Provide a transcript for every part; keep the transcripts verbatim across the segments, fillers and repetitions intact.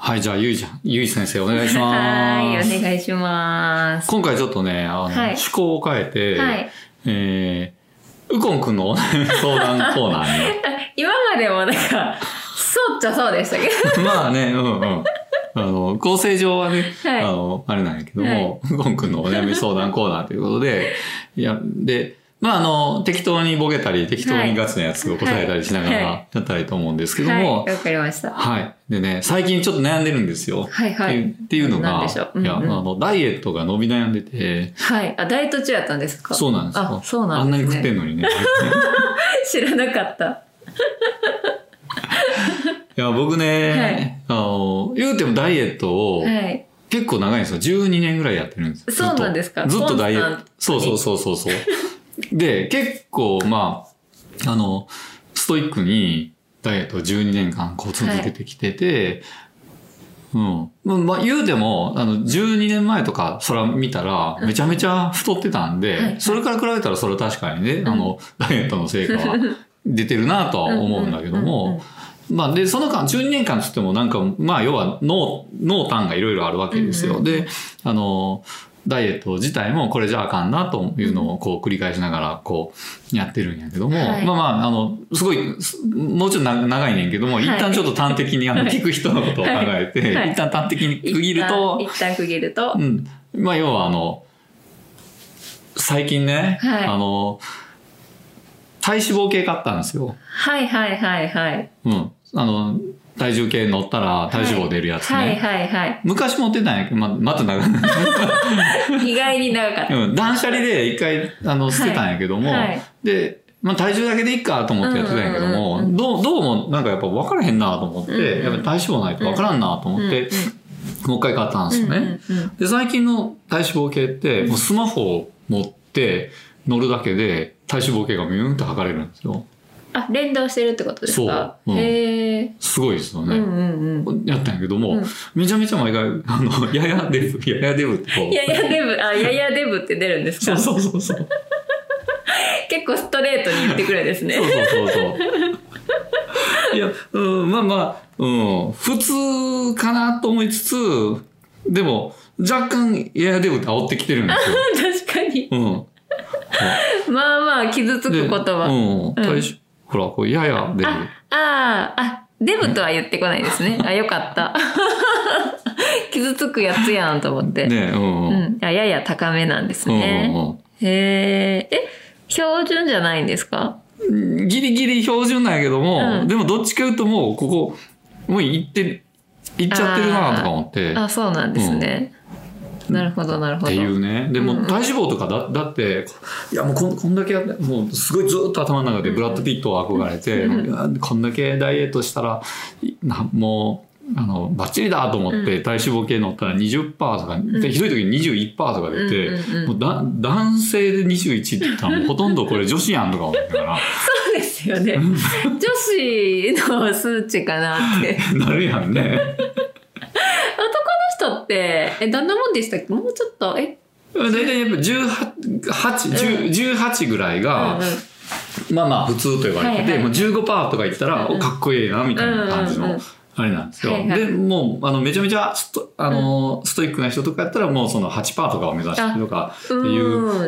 はい、じゃあ、ゆいちゃん、ゆい先生お願いします。 はい、お願いします。 今回ちょっとね、あの、はい、趣向を変えて、はい、えー、ウコンくんのお悩み相談コーナーに。 今までもなんか、そうっちゃそうでしたけど。 まあね、うんうん。あの、構成上はね、はい、あの、あれなんやけども、はい、ウコンくんのお悩み相談コーナーということで、いや、で、まあ、あの、適当にボケたり、適当にガチなやつを答えたりしながらやったらいいと思うんですけども。 はい、わ、はい、かりました。 はい。でね、最近ちょっと悩んでるんですよ。 はいはい。 っていうのが、 何でしょう、うんうん、 いや、あの、ダイエットが伸び悩んでて。 はい。あ、ダイエット中やったんですか？ そうなんですよ。 あ、そうなんですね。 あんなに食ってんのにね。 知らなかった。 いや、僕ね、はい、あの、言うてもダイエットを、はい、結構長いんですよ。じゅうにねんぐらいやってるんですよ。 そうなんですか？ ずっとダイエット。そうそうそうそうそう。で、結構、まあ、あの、ストイックにダイエットをじゅうにねんかんこう続けてきてて、はい、うん。まあ、言うても、あの、じゅうにねんまえとか、そら見たら、めちゃめちゃ太ってたんで、はいはい、それから比べたらそれは確かにね、あの、ダイエットの成果は出てるなとは思うんだけども、まあ、で、その間、じゅうにねんかんつってもなんか、まあ、要は脳、脳単がいろいろあるわけですよ。で、あの、ダイエット自体もこれじゃあかんなというのをこう繰り返しながらこうやってるんやけども、はい、まあまあ、あの、すごい、もうちょっと長いねんけども、はい、一旦ちょっと端的にあの聞く人のことを考えて、はい、一旦端的に区切ると、 一旦区切ると、 うん。まあ要はあの、最近ね、はい、あの、体脂肪計買ったんですよ。 はいはいはいはい。 うん。あの、体重計乗ったら体脂肪出るやつね。 はいはいはいはい。 昔持ってたんやけど、ま、また長い。 意外に長かった。 うん。断捨離で一回、あの、捨てたんやけども、はいはい、で、まあ体重だけでいいかと思ってやってたんやけども、うんうんうん、どう、どうもなんかやっぱ分からへんなと思って、うんうん、やっぱり体脂肪ないと分からんなと思って、うんうん、もう一回買ったんですよね、うんうんうん。で、最近の体脂肪計って、もうスマホを持って乗るだけで体脂肪計がビューンと測れるんですよ。 あ、連動してるってことですか？ そう。うん、 へー。 すごいですよね。 うんうんうん、 やったんやけども、うん、めちゃめちゃ毎回、あの、ややデブ、ややデブってこう。 ややデブ、あ、ややデブって出るんですか？ そうそうそうそう。 結構ストレートに言ってくるんですね。 そうそうそうそう。いや、うん、まあまあ、うん、普通かなと思いつつ、でも、若干、ややデブって煽ってきてるんですよ。 確かに。 うん。 まあまあ、傷つく言葉。 うん。大し、ほら、こう、ややデブ。 あ、ああ、あ、デブとは言ってこないですね。あ、よかった。傷つくやつやんと思って。 ねうん、 うん。やや高めなんですね。うんうんうん、へえ。え、標準じゃないんですか？ ギリギリ標準なんやけども、うん、でもどっちか言うともう、ここ、もう行って、行っちゃってるなとか思って。 あ、そうなんですね。うん、なるほどなるほど。 っていうね。でも体脂肪とかだ、だって、いやもうこん、こんだけやって、もうすごいずっと頭の中でブラッド・ピットを憧れて、うん、こんだけダイエットしたら、もう、あの、バッチリだと思って体脂肪計乗ったら にじゅっパーセント とか、うん、ひどい時に にじゅういちパーセント とか出て、うんうんうん、もうだ男性でにじゅういちって言ったらもうほとんどこれ女子やんとか思ってから。 そうですよね。女子の数値かなって。 なるやんね。 人って、え、どんなもんでしたっけ？もうちょっと、えだいたいやっぱじゅうはち、うん、じゅうはちぐらいが、うんうん、まあまあ普通と言われてて、はいはい、もう じゅうごパーセント とか言ったら、うん、かっこいいな、みたいな感じの、あれなんですよ。はいはい、で、もう、あの、めちゃめちゃスト、あの、うん、ストイックな人とかやったら、もうその はちパーセント とかを目指してとかっていう、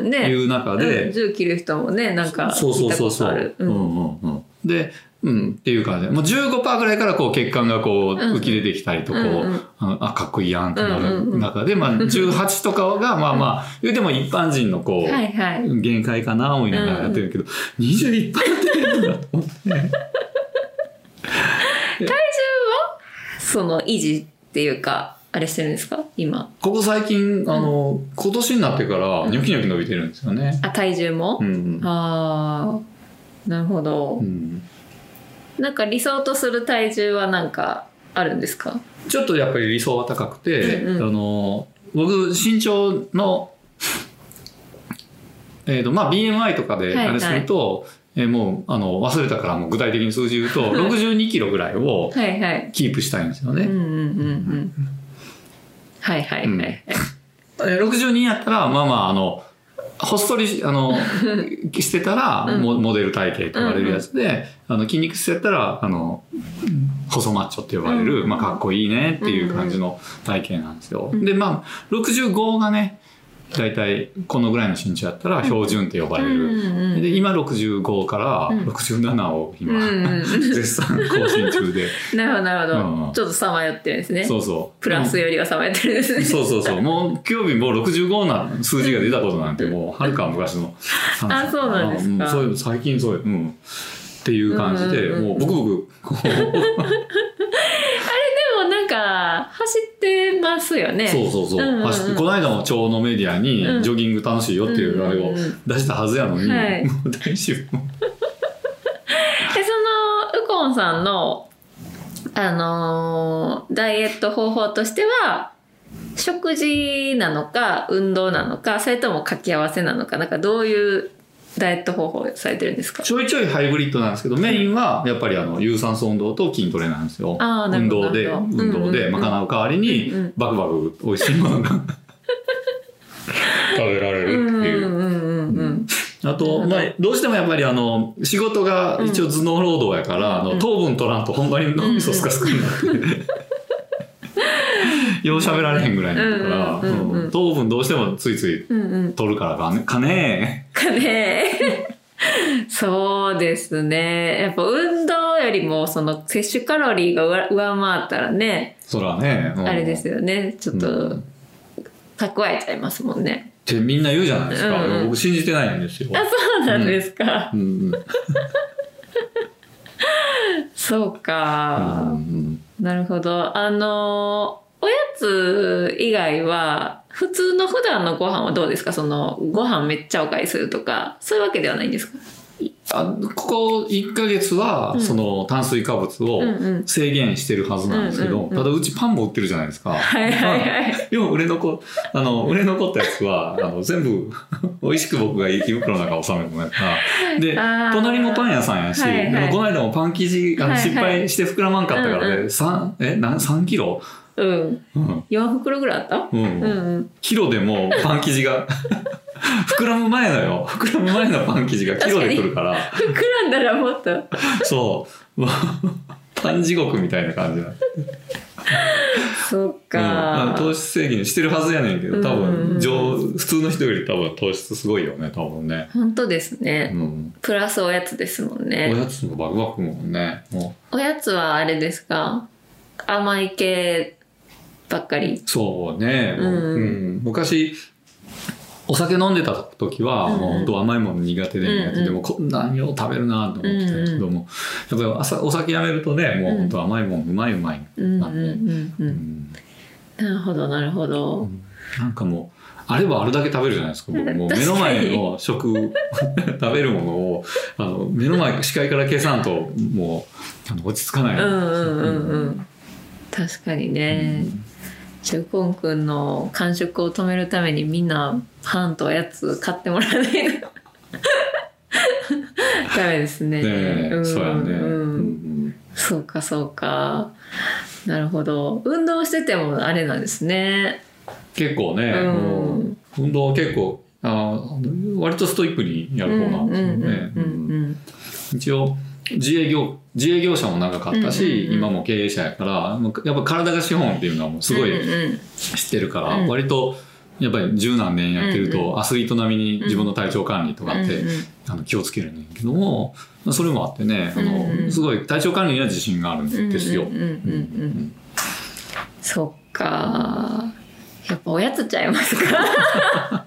ね、いう中で、 うん、じゅう切る人もね、なんか、 そうそうそうそう。うんうんうん。で、うん、っていう感じで。もう じゅうごパーセント ぐらいからこう血管がこう浮き出てきたりとこう、うんうん、あ、かっこいいやんってなる中で、まあじゅうはちとかがまあまあ、言うても一般人のこう、はいはい、限界かな思いながらやってるけど、うん、にじゅういちパーセント ってるんだと思って。体重はその維持っていうか、あれしてるんですか今。 ここ最近、あの、うん、今年になってからニョキニョキ伸びてるんですよね。 あ、体重も、 うんうん、 ああ、なるほど。うんなんか理想とする体重はなんかあるんですか？ ちょっとやっぱり理想は高くて、うんうん、あの僕身長のえっとまあ ビーエムアイ とかであれすると、はいはい、えもうあの忘れたからもう具体的に数字言うとろくじゅうにキロぐらいをキープしたいんですよね。 はいはいはい。 ろくじゅうにやったらまあまああのほっそり、あの、してたら、うん、モデル体型と言われるやつで、うんうん、あの、筋肉質やったら、あの、 細マッチョって呼ばれる、 うん、 まあかっこいいねっていう感じの体型なんですよ。うん、で、まあ、ろくじゅうごがね、だいたいこのぐらいの身長やったら標準って呼ばれる。うん、で、今ろくじゅうごからろくじゅうななを今、うん、絶賛更新中で。 なるほど、なるほど、うん。ちょっとさまよってるんですね。 そうそう。 プラスよりはさまよってるんですね。 そうそうそう。もう、今日もうろくじゅうごな数字が出たことなんて、もう、はるか昔の話。あ、そうなんですか。 そういう、最近そういう、うん。っていう感じで、もう、ブクブク、こう。 なんか走ってますよね。 そうそうそう、うんうんうん、走ってこの間も町のメディアにジョギング楽しいよっていうあれを出したはずやのに、うんうんうん、もう大丈夫。でそのウコンさんの、あのー、ダイエット方法としては食事なのか運動なのかそれとも掛け合わせなのか、なんかどういうダイエット方法されてるんですか？ ちょいちょいハイブリッドなんですけど、メインはやっぱりあの有酸素運動と筋トレなんですよ。運動で運動で賄う代わりにバクバク美味しいものが食べられるっていう。あと、まあ、どうしてもやっぱりあの仕事が一応頭脳労働やから、うん、あの糖分取らんとほんまに脳みそスカスカになってよう喋られへんぐらいになるから、うんうんうん、糖分どうしてもついつい取るからかね。かねかねそうですね。やっぱ運動よりもその摂取カロリーが上回ったらね。 そらね、 うん、あれですよね。ちょっと蓄えちゃいますもんね。 ってみんな言うじゃないですか。うんうん、僕信じてないんですよ。 あ、そうなんですか。うんうん、そうか、うんうん。なるほど。あのー。おやつ以外は普通の普段のご飯はどうですか？そのご飯めっちゃおかわりするとかそういうわけではないんですか？ あここいっかげつは、うん、その炭水化物を制限してるはずなんですけど、うんうん、ただうちパンも売ってるじゃないですか。 はいはいはい。 でも売れ残あの売れ残ったやつはあの全部美味しく僕が胃袋の中収めるもんやからで隣もパン屋さんやし、はいはい、この間もパン生地あの失敗して膨らまんかったからで、はいはい、3, えなさんキロうんうん、よん袋ぐらいあった、うんうんうん、 キロでもパン生地が膨らむ前のよ膨らむ前のパン生地がキロでくるから膨らんだらもっとそうパン地獄みたいな感じなそっか、 うん、糖質制限してるはずやねんけど多分、うんうん、普通の人より多分糖質すごいよね多分ね。 本当ですね、うん、プラスおやつですもんね。 おやつもバクバクもんね。もうおやつはあれですか？甘い系ばっかり。 そうね、うんうん、昔お酒飲んでた時は、うん、もう本当甘いもの苦手で苦手で、うん、もこんなによう食べるなと思ってたけども、うん、やっぱり朝お酒やめるとねもう本当甘いもんうまいうまいなって、 なるほどなるほど、うん、 なんかもうあればあるだけ食べるじゃないですか。僕もう目の前の食食べるものをあの目の前視界から消さんともうあの落ち着かない。 うんうんうんうん、確かにね。うんシュウコンくんの間食を止めるためにみんなパンとおやつ買ってもらわないとダメですね。 ねえ、うん、そうやね、うんうん、そうかそうか。なるほど。運動しててもあれなんですね。 結構ね、うん、運動結構あ割とストイックにやる方なんですよね。一応自営業自営業者も長かったし、うんうんうん、今も経営者やからやっぱ体が資本っていうのはもうすごい知ってるから、うんうん、割とやっぱり十何年やってると、うんうん、アスリート並みに自分の体調管理とかって、うんうん、あの気をつけるんだけどもそれもあってね、うんうん、あのすごい体調管理には自信があるんですよ。 そっかやっぱおやつちゃいますか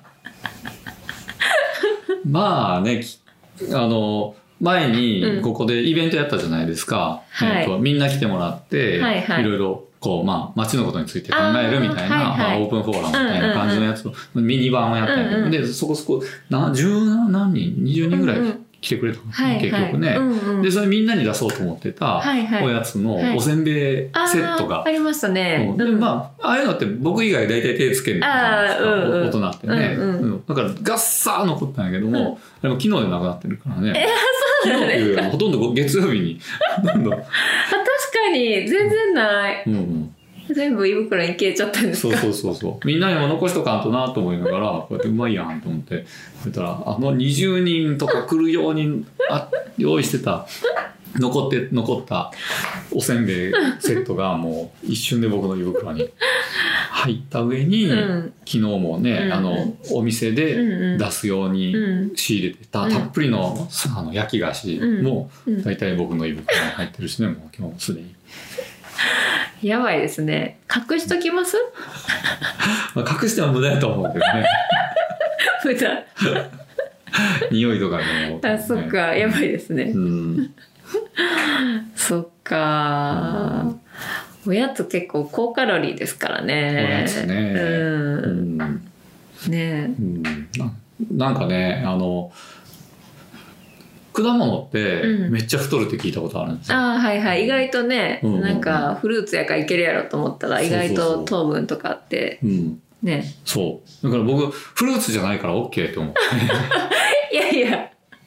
まあねあの前にここでイベントやったじゃないですか、うんえーとはい、みんな来てもらって、はいはい、いろいろこう、まあ、街のことについて考えるみたいな、はいはいまあ、オープンフォーラムみたいな感じのやつを、うんうん、ミニ版をやったんやけど、うんうん、でそこそこなじゅう何人にじゅうにんぐらい来てくれたの、うんうん、結局ね、はいはいうんうん、でそれみんなに出そうと思ってたおやつのおせんべいセットが、 はいはい、あ, ありましたね、 うん、でまあああいうのって僕以外大体手つけるじゃないですか、うんうん、大人ってね、うんうん、だからガッサー残ったんやけども、うん、でも昨日でなくなってるからね、 えー昨日っていうほとんど月曜日にどんどん確かに全然ない、うんうん全部胃袋に消えちゃったんですか。 そうそうそうそうみんなにも残しとかんとなと思いながらこうやってうまいやんと思って言ったらあのにじゅうにんとか来るようにあ用意してた残って残ったおせんべいセットがもう一瞬で僕の胃袋に入った上に、うん、昨日もね、うん、あのお店で出すように仕入れてた、うん、たっぷりの、あの焼き菓子もだいたい僕の胃袋に入ってるしね、もう今日もすでに。 やばいですね。隠しときますまあ隠しても無駄やと思うけどね。 無駄匂いとかでも、 ね、あ、そっか、やばいですね。 うんそっか、うん、おやつ結構高カロリーですからね。 おやつね、うんうん、 ね、うん、 な, なんかね、あの果物ってめっちゃ太るって聞いたことあるんですよ、 うん、あ、はいはい、意外とね、うん、なんかフルーツやからいけるやろと思ったら意外と糖分とかあって、 そうそうそう、うん、 ね、 そうだから僕フルーツじゃないから OK と思っていやいや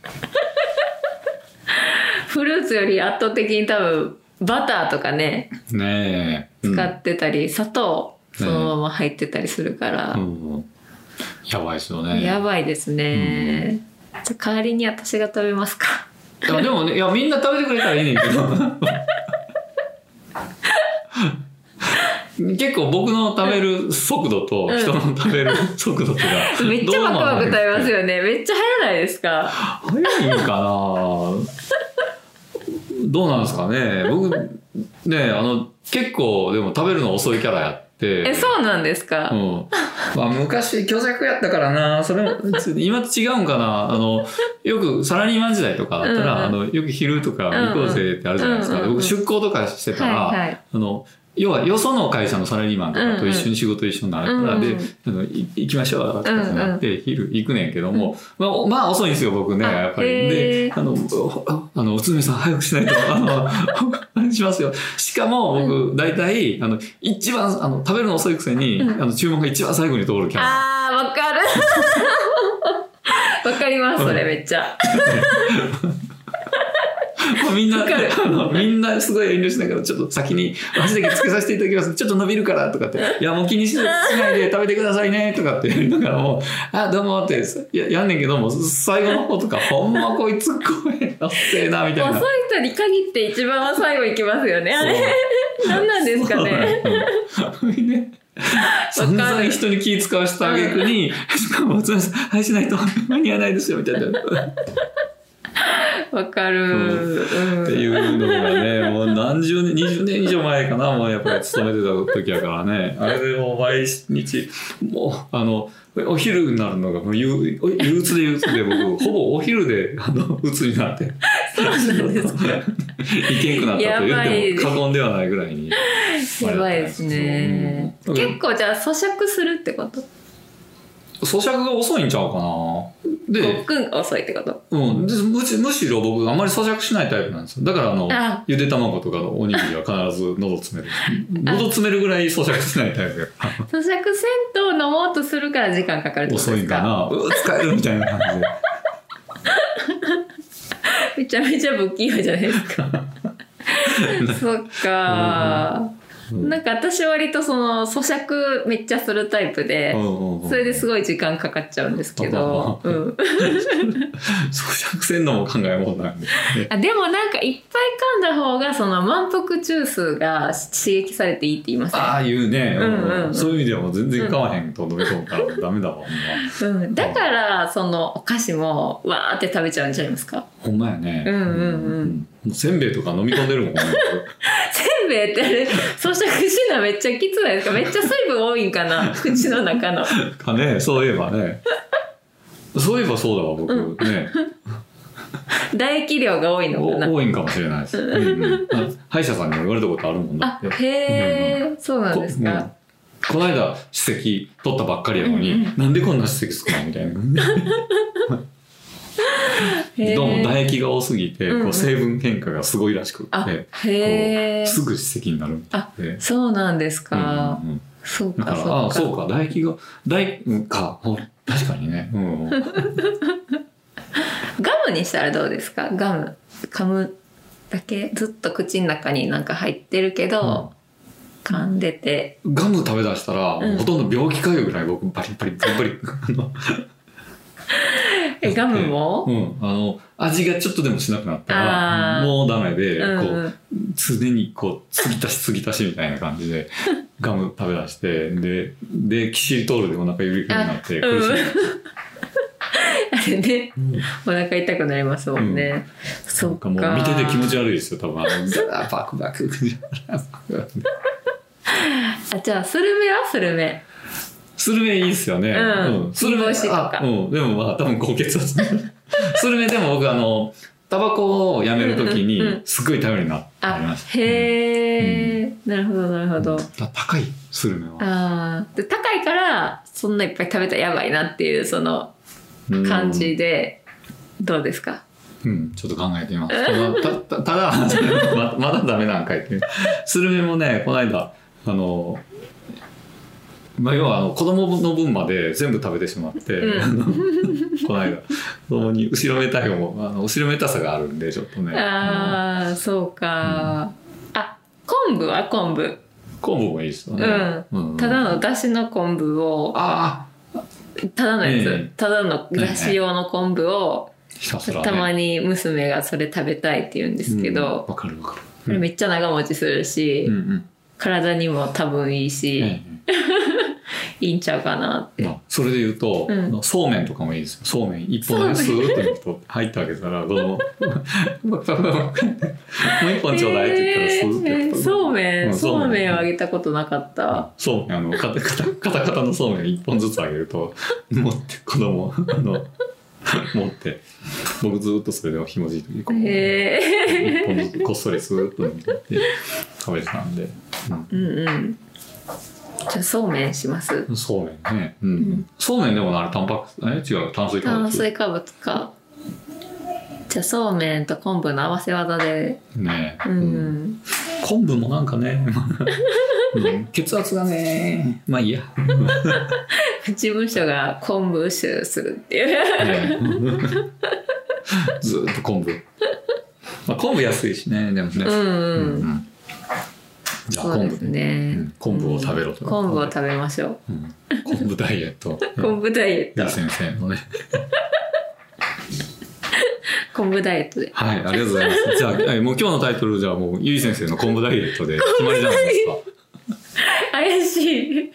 フルーツより圧倒的に多分バターとかね、 ねえ、 うん、使ってたり砂糖そのまま入ってたりするから、 ね、うん、やばいですよね。 やばいですね、うん、じゃあ代わりに私が食べますか。 いやでもね、いやみんな食べてくれたらいいねんけど結構僕の食べる速度と人の食べる速度とか、 うん、めっちゃバクバク食べますよね。めっちゃ早ないですか。 早いんかなどうなんですかね。僕ね、あの結構でも食べるの遅いキャラやって。 え、そうなんですか。 うん、まあ、昔虚弱やったからな。それ今と違うんかな。あのよくサラリーマン時代とかだったら、うんうん、あのよく昼とか行こうぜってあるじゃないですか。うんうん、僕出向とかしてたら、はいはい、あの要はよその会社のサラリーマンとかと一緒に仕事一緒になるから、うんうん、であの行きましょうとかなって、うんうん、昼行くねんけども、うん、まあ、まあ遅いんですよ僕ね、やっぱり。で、あのあのおつめさん早くしないとあのあれしますよ。しかも僕大体あの一番あの食べるの遅いくせに、うん、あの注文が一番最後に通るキャラ。 あー、わかるわかります、それめっちゃみんなあのみんなすごい遠慮しながらちょっと先に箸だけつけさせていただきますちょっと伸びるからとかっていやもう気にしないで食べてくださいねとかって言いながらもうあどうもってや, やんねんけども最後の方とかほんまこいつ声のせえなみたいな。 遅い人に限って一番最後行きますよねあれ何なんですかね。 散々人に気使わせたあげくにしかもはいしないと間に合わないですよみたいなわかる、 うん、っていうのがねもう何十年にじゅうねん以上前かなもうやっぱり勤めてた時やからねあれでもう毎日もうあのお昼になるのがもう憂鬱で憂鬱で僕ほぼお昼であの鬱になってそうなんですかいけんくなったと言っても過言ではないぐらいにやばいですね、うん、結構じゃあ咀嚼するってこと？ 咀嚼が遅いんちゃうかな。 でごっくんが遅いってこと？ うんでむしむしろ僕あんまり咀嚼しないタイプなんですよ。だからあのあゆで卵とかのおにぎりは必ず喉詰める喉詰めるぐらい咀嚼しないタイプ咀嚼せんと飲もうとするから時間かかるってことですか？ 遅いんかなう使えるみたいな感じでめちゃめちゃ不器用じゃないですかそっか、うんうん、なんか私割とその咀嚼めっちゃするタイプで、うんうん、それですごい時間かかっちゃうんですけど、うん、咀嚼せんのも考えもんなんで、ね、 あでもなんかいっぱい噛んだ方がその満腹中枢が刺激されていいって言いますね。 ああいうね、うんうんうん、そういう意味ではもう全然噛わへんと飲み込むからダメだわ、 うん、だからそのお菓子もわーって食べちゃうんじゃないですか。 ほんまやね、 うんうんうん、 もうせんべいとか飲み込んでるもんねせんべいってあれ咀嚼しなめっちゃきつないですか？めっちゃ水分多いんかな口の中のかね。そういえばねそういえばそうだわ僕、うん、ね唾液量が多いのかな。 多いんかもしれないです、うんうん、歯医者さんにも言われたことあるもんだって。 あへー、うんうん、そうなんですか。 こ, この間歯石取ったばっかりやのに、うんうん、なんでこんな歯石つくのみたいなどうも唾液が多すぎて、うんうん、こう成分変化がすごいらしくて、へすぐ歯石になるみたいで。 あ、そうなんですか、うんうん、そうか。だからそうか、 ああそうか、唾液が唾液か確かにね、うん、 ガムにしたらどうですか？ガム噛むだけずっと口の中になんか入ってるけど、うん、噛んでてガム食べ出したら、うん、ほとんど病気かよぐらい僕バリバリバリバリえ、ガムもうん。あの、味がちょっとでもしなくなったら、 あーもうダメで、 うんうんこう、常にこう、継ぎ足し継ぎ足しみたいな感じで、ガム食べ出して、で、で、キシリトールでお腹ゆりくになって苦しい。 あれね、お腹痛くなりますもんね。 うん、 そっか。 なんかもう見てて気持ち悪いですよ、多分。あのバクバク。 あ、じゃあ、スルメはスルメ。 スルメいいっすよね。 うん。 スルメ煮干しとか。 うん。でもまあ多分高血圧。スルメでも僕あの、タバコをやめるときにすっごい頼りになりました。 あ、へえ、うん、なるほどなるほど。 高い、スルメは。 ああ。で、高いから、そんないっぱい食べたらやばいなっていう、その感じで、どうですか？ うん、ちょっと考えてみます。た, た, ただま、まだダメなんかいって。スルメもね、この間、あの、まあ、要はあの子供の分まで全部食べてしまって、うん、この間子供に後ろめたいもあの後ろめたさがあるんでちょっとね。 ああ、うん、そうか、うん、あ、昆布は昆布昆布もいいですよね、 うんうん、ただのだしの昆布をあただのやつ、 ええ、 ただのだし用の昆布を、 ええね、 たまに娘がそれ食べたいって言うんですけど、 わ、うん、かるわかる、 これめっちゃ長持ちするし、うんうん、体にも多分いいし、ええいいんちゃうかなって、 まあ、それで言うと、うん、そうめんとかもいいですよ。そうめん一本でスーッと入ってあげたらこのもう一本ちょうだいって言ったらスーッて、えー、 そうめん、うん、そうめんをあげたことなかった。 そうめんあのカタカタカタカタのそうめん一本ずつあげると持って子供あの持って僕ずっとそれでひもじい時にこう、えー、一本ずつこっそりスーッと持って食べてたんで、 うん、うんうんじゃあそうめんします。 そうめんね、うんうん、そうめんでもあれタンパクえ違う炭水化物炭水化物か。じゃあそうめんと昆布の合わせ技でね、 うんうん、 昆布もなんかね、うん、血圧がねまあいいや事務所が昆布臭するっていう、 ね、ずっと昆布、まあ、昆布安いしねでもね、 うんうんうんうんじゃあ昆布ね、うん、昆布を食べろと、 うん、昆布を食べましょう、 うん、昆布ダイエット昆布ダイエット李先生のね昆布ダイエットではいありがとうございますじゃあもう今日のタイトルじゃあもうゆい先生の昆布ダイエットで決まりじゃないですか怪しい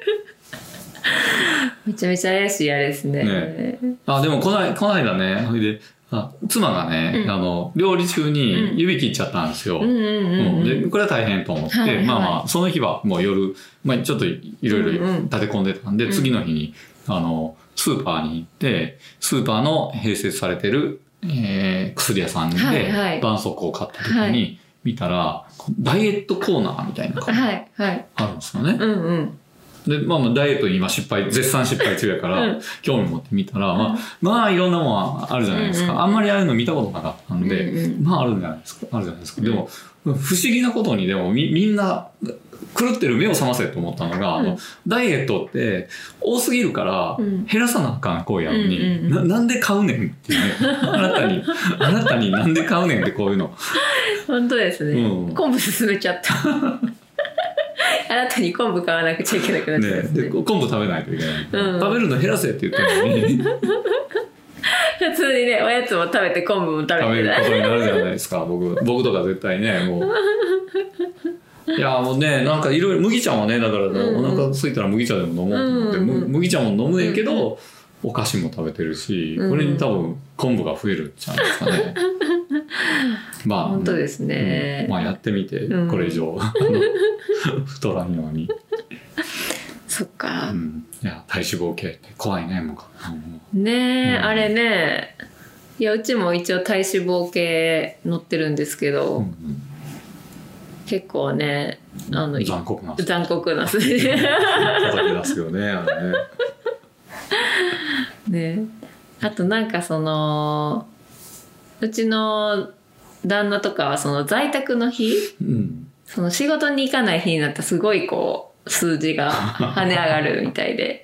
めちゃめちゃ怪しいあれですね。ねあでもこのこの間ねそれであ妻がね、うん、あの料理中に指切っちゃったんですよ、うんうんうんうん、でこれは大変と思って、はいはい、まあまあその日はもう夜、まあ、ちょっといろいろ立て込んでたんで、うんうん、次の日にあのスーパーに行ってスーパーの併設されてる、えー、薬屋さんで絆創膏を買った時に見たら、はいはい、ダイエットコーナーみたいなのがあるんですよね、はいはいうんうんでまあ、まあダイエットに今失敗絶賛失敗中やから、うん、興味持ってみたら、まあ、まあいろんなもんあるじゃないですか、うんうん、あんまりああいうの見たことなかったんで、うんうん、まああるんじゃないですかあるじゃないですか、うん、でも不思議なことにでも み, みんな狂ってる目を覚ませと思ったのが、うん、ダイエットって多すぎるから減らさなあかん行為やのに、うんうんうん、な, なんで買うねんっていうねあなたにあなたになんで買うねんってこういうの本当ですね、うん、昆布進めちゃったあなたに昆布買わなくちゃいけなくなっちゃう、ねね、 で昆布食べないといけない、うん、食べるの減らせって言ってるのに普通にねおやつも食べて昆布も食べて食べることになるじゃないですか僕僕とか絶対ねもういやもうねなんかいろいろ麦茶もねだから、ねうん、お腹空いたら麦茶でも飲もうと思って、うん、麦茶も飲むねんけど、うん、お菓子も食べてるし、うん、これに多分昆布が増えるんじゃないですかねまあ本当ですね、 うん、まあやってみてこれ以上、うん、太らんようにそっか、 うん、いや体脂肪計って怖いねもうねえ、うん、あれねいやうちも一応体脂肪計乗ってるんですけど、うんうん、結構ねあの残酷な残酷な数字叩き出すよねあれねねあとなんかそのうちの旦那とかはその在宅の日、うん、その仕事に行かない日になったらすごいこう数字が跳ね上がるみたいで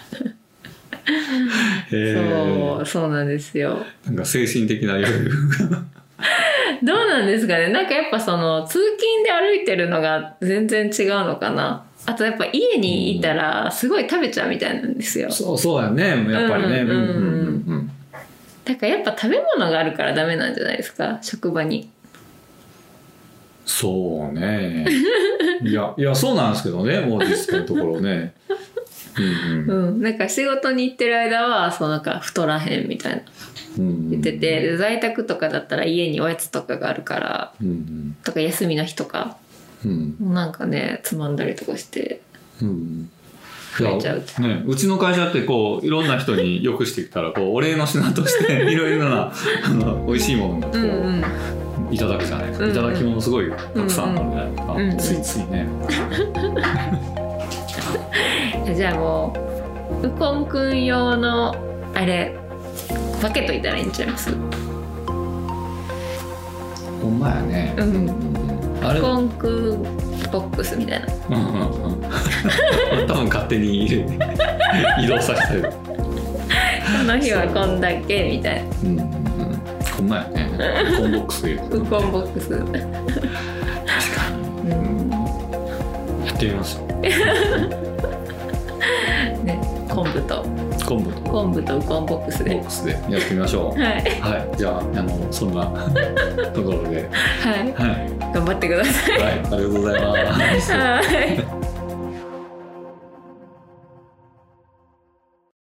そうそうなんですよなんか精神的な余裕どうなんですかねなんかやっぱその通勤で歩いてるのが全然違うのかなあとやっぱ家にいたらすごい食べちゃうみたいなんですよ、 うん、そうそうやねやっぱりねだからやっぱ食べ物があるからダメなんじゃないですか、職場に。 そうね。いや、いや、そうなんですけどね、もう実際のところね。うん、うんうん、なんか仕事に行ってる間はそうなんか太らへんみたいな言ってて、で在宅とかだったら家におやつとかがあるから、うんうん、とか休みの日とか、うん、なんかねつまんだりとかして、うん、増えちゃう、 ね、うちの会社ってこういろんな人によくしてきたらこうお礼の品としていろいろなあの美味しいものがこう、うんうんいただくじゃないですか、うんうん、いただき物すごいたくさんあるじゃないですか、うんうん、ついついねじゃあもうウコンくん用のあれ分けといたらいいんちゃいます？ ほんまやね、うん、 あれウコンくんボックスみたいな、うんうんうん、 多分勝手に入れて移動させてるこの日はこんだけみたいな、うんうん、 ほんまやねウコンボックスでウコンボックス確かに、うん、やってみますね、昆布と昆布と昆布とウコンボックスでボックスでやってみましょう。はい、はい、じゃああのそんなところで、 はい、はい、頑張ってください。 はい、ありがとうございます。はい。